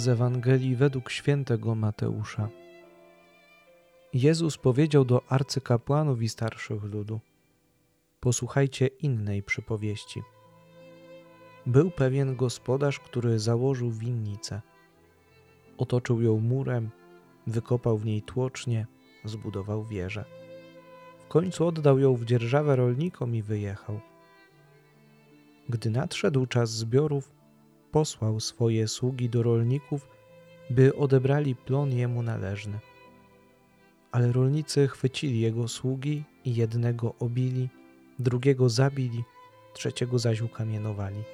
z Ewangelii według świętego Mateusza. Jezus powiedział do arcykapłanów i starszych ludu: posłuchajcie innej przypowieści. Był pewien gospodarz, który założył winnicę. Otoczył ją murem, wykopał w niej tłocznie, zbudował wieżę. W końcu oddał ją w dzierżawę rolnikom i wyjechał. Gdy nadszedł czas zbiorów, posłał swoje sługi do rolników, by odebrali plon jemu należny. Ale rolnicy chwycili jego sługi i jednego obili, drugiego zabili, trzeciego zaś ukamienowali.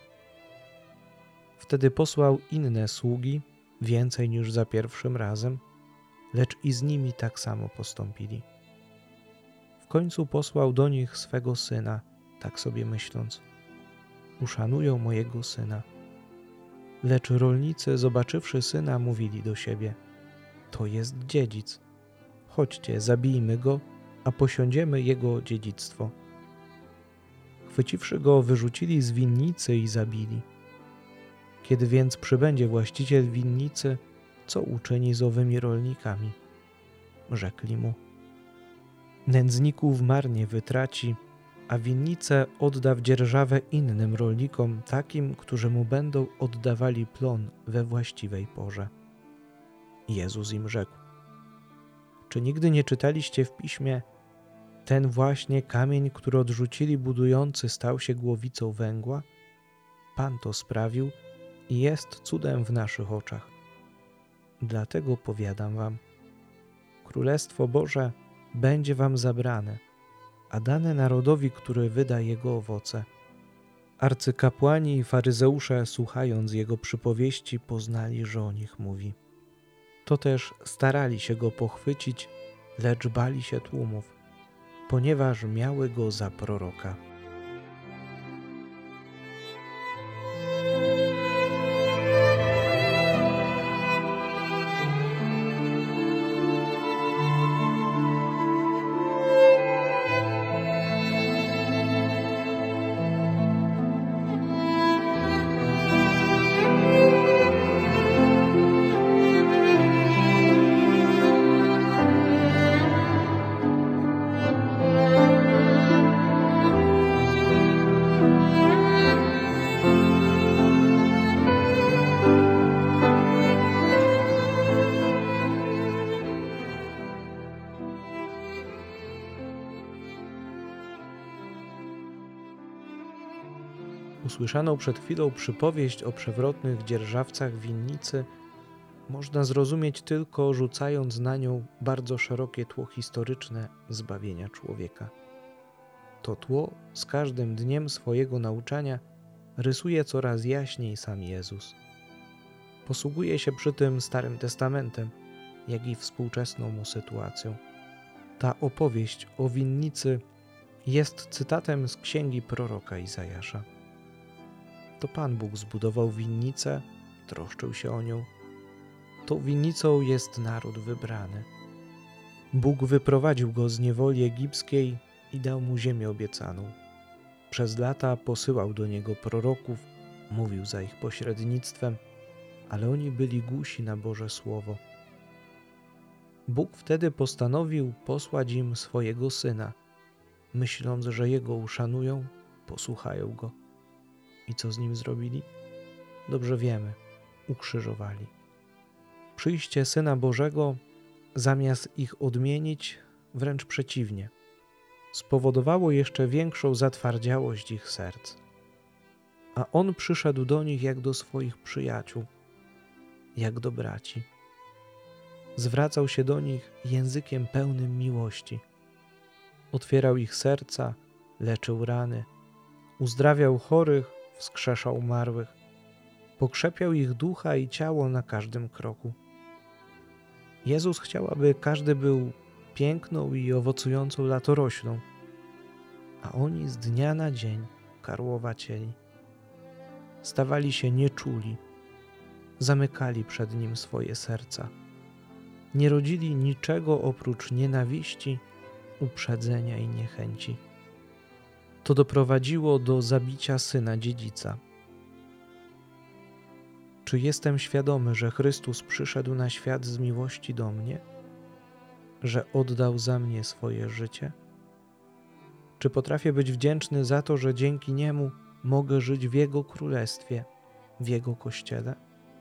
Wtedy posłał inne sługi, więcej niż za pierwszym razem, lecz i z nimi tak samo postąpili. W końcu posłał do nich swego syna, tak sobie myśląc: uszanują mojego syna. Lecz rolnicy, zobaczywszy syna, mówili do siebie: to jest dziedzic. Chodźcie, zabijmy go, a posiądziemy jego dziedzictwo. Chwyciwszy go, wyrzucili z winnicy i zabili. Kiedy więc przybędzie właściciel winnicy, co uczyni z owymi rolnikami? Rzekli mu: nędzników marnie wytraci, a winnicę odda w dzierżawę innym rolnikom, takim, którzy mu będą oddawali plon we właściwej porze. Jezus im rzekł: czy nigdy nie czytaliście w Piśmie: ten właśnie kamień, który odrzucili budujący, stał się głowicą węgła? Pan to sprawił i jest cudem w naszych oczach. Dlatego powiadam wam, Królestwo Boże będzie wam zabrane, a dane narodowi, który wyda jego owoce. Arcykapłani i faryzeusze, słuchając jego przypowieści, poznali, że o nich mówi. To też starali się go pochwycić, lecz bali się tłumów, ponieważ miały go za proroka. Usłyszaną przed chwilą przypowieść o przewrotnych dzierżawcach winnicy można zrozumieć tylko rzucając na nią bardzo szerokie tło historyczne zbawienia człowieka. To tło z każdym dniem swojego nauczania rysuje coraz jaśniej sam Jezus. Posługuje się przy tym Starym Testamentem, jak i współczesną mu sytuacją. Ta opowieść o winnicy jest cytatem z księgi proroka Izajasza. To Pan Bóg zbudował winnicę, troszczył się o nią. Tą winnicą jest naród wybrany. Bóg wyprowadził go z niewoli egipskiej i dał mu ziemię obiecaną. Przez lata posyłał do niego proroków, mówił za ich pośrednictwem, ale oni byli głusi na Boże Słowo. Bóg wtedy postanowił posłać im swojego Syna, myśląc, że Jego uszanują, posłuchają Go. I co z Nim zrobili? Dobrze wiemy, ukrzyżowali. Przyjście Syna Bożego, zamiast ich odmienić, wręcz przeciwnie, spowodowało jeszcze większą zatwardziałość ich serc. A On przyszedł do nich jak do swoich przyjaciół, jak do braci. Zwracał się do nich językiem pełnym miłości. Otwierał ich serca, leczył rany, uzdrawiał chorych, wskrzeszał umarłych, pokrzepiał ich ducha i ciało na każdym kroku. Jezus chciał, aby każdy był piękną i owocującą latoroślą, a oni z dnia na dzień karłowacieli. Stawali się nieczuli, zamykali przed Nim swoje serca. Nie rodzili niczego oprócz nienawiści, uprzedzenia i niechęci. To doprowadziło do zabicia syna dziedzica. Czy jestem świadomy, że Chrystus przyszedł na świat z miłości do mnie? Że oddał za mnie swoje życie? Czy potrafię być wdzięczny za to, że dzięki Niemu mogę żyć w Jego Królestwie, w Jego Kościele?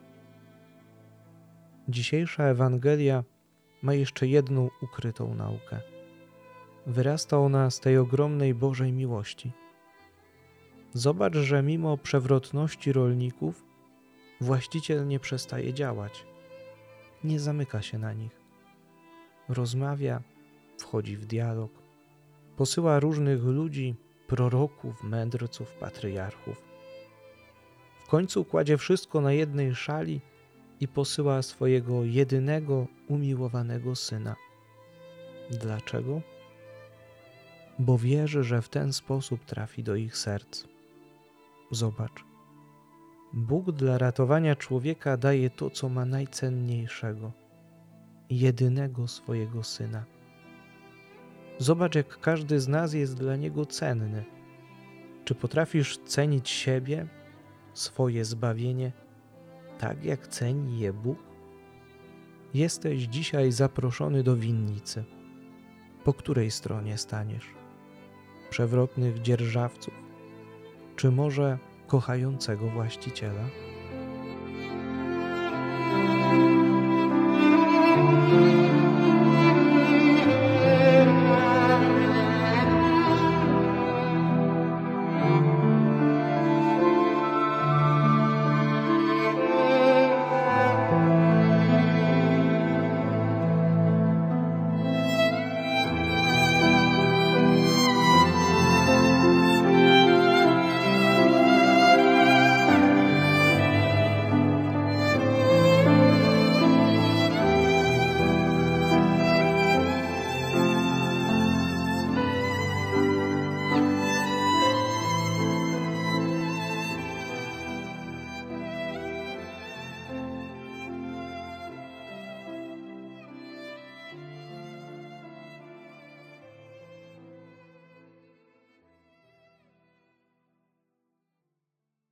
Dzisiejsza Ewangelia ma jeszcze jedną ukrytą naukę. Wyrasta ona z tej ogromnej Bożej miłości. Zobacz, że mimo przewrotności rolników właściciel nie przestaje działać. Nie zamyka się na nich. Rozmawia, wchodzi w dialog. Posyła różnych ludzi, proroków, mędrców, patriarchów. W końcu kładzie wszystko na jednej szali i posyła swojego jedynego, umiłowanego Syna. Dlaczego? Bo wierzy, że w ten sposób trafi do ich serc. Zobacz. Bóg dla ratowania człowieka daje to, co ma najcenniejszego. Jedynego swojego Syna. Zobacz, jak każdy z nas jest dla Niego cenny. Czy potrafisz cenić siebie, swoje zbawienie, tak jak ceni je Bóg? Jesteś dzisiaj zaproszony do winnicy. Po której stronie staniesz? Przewrotnych dzierżawców, czy może kochającego właściciela?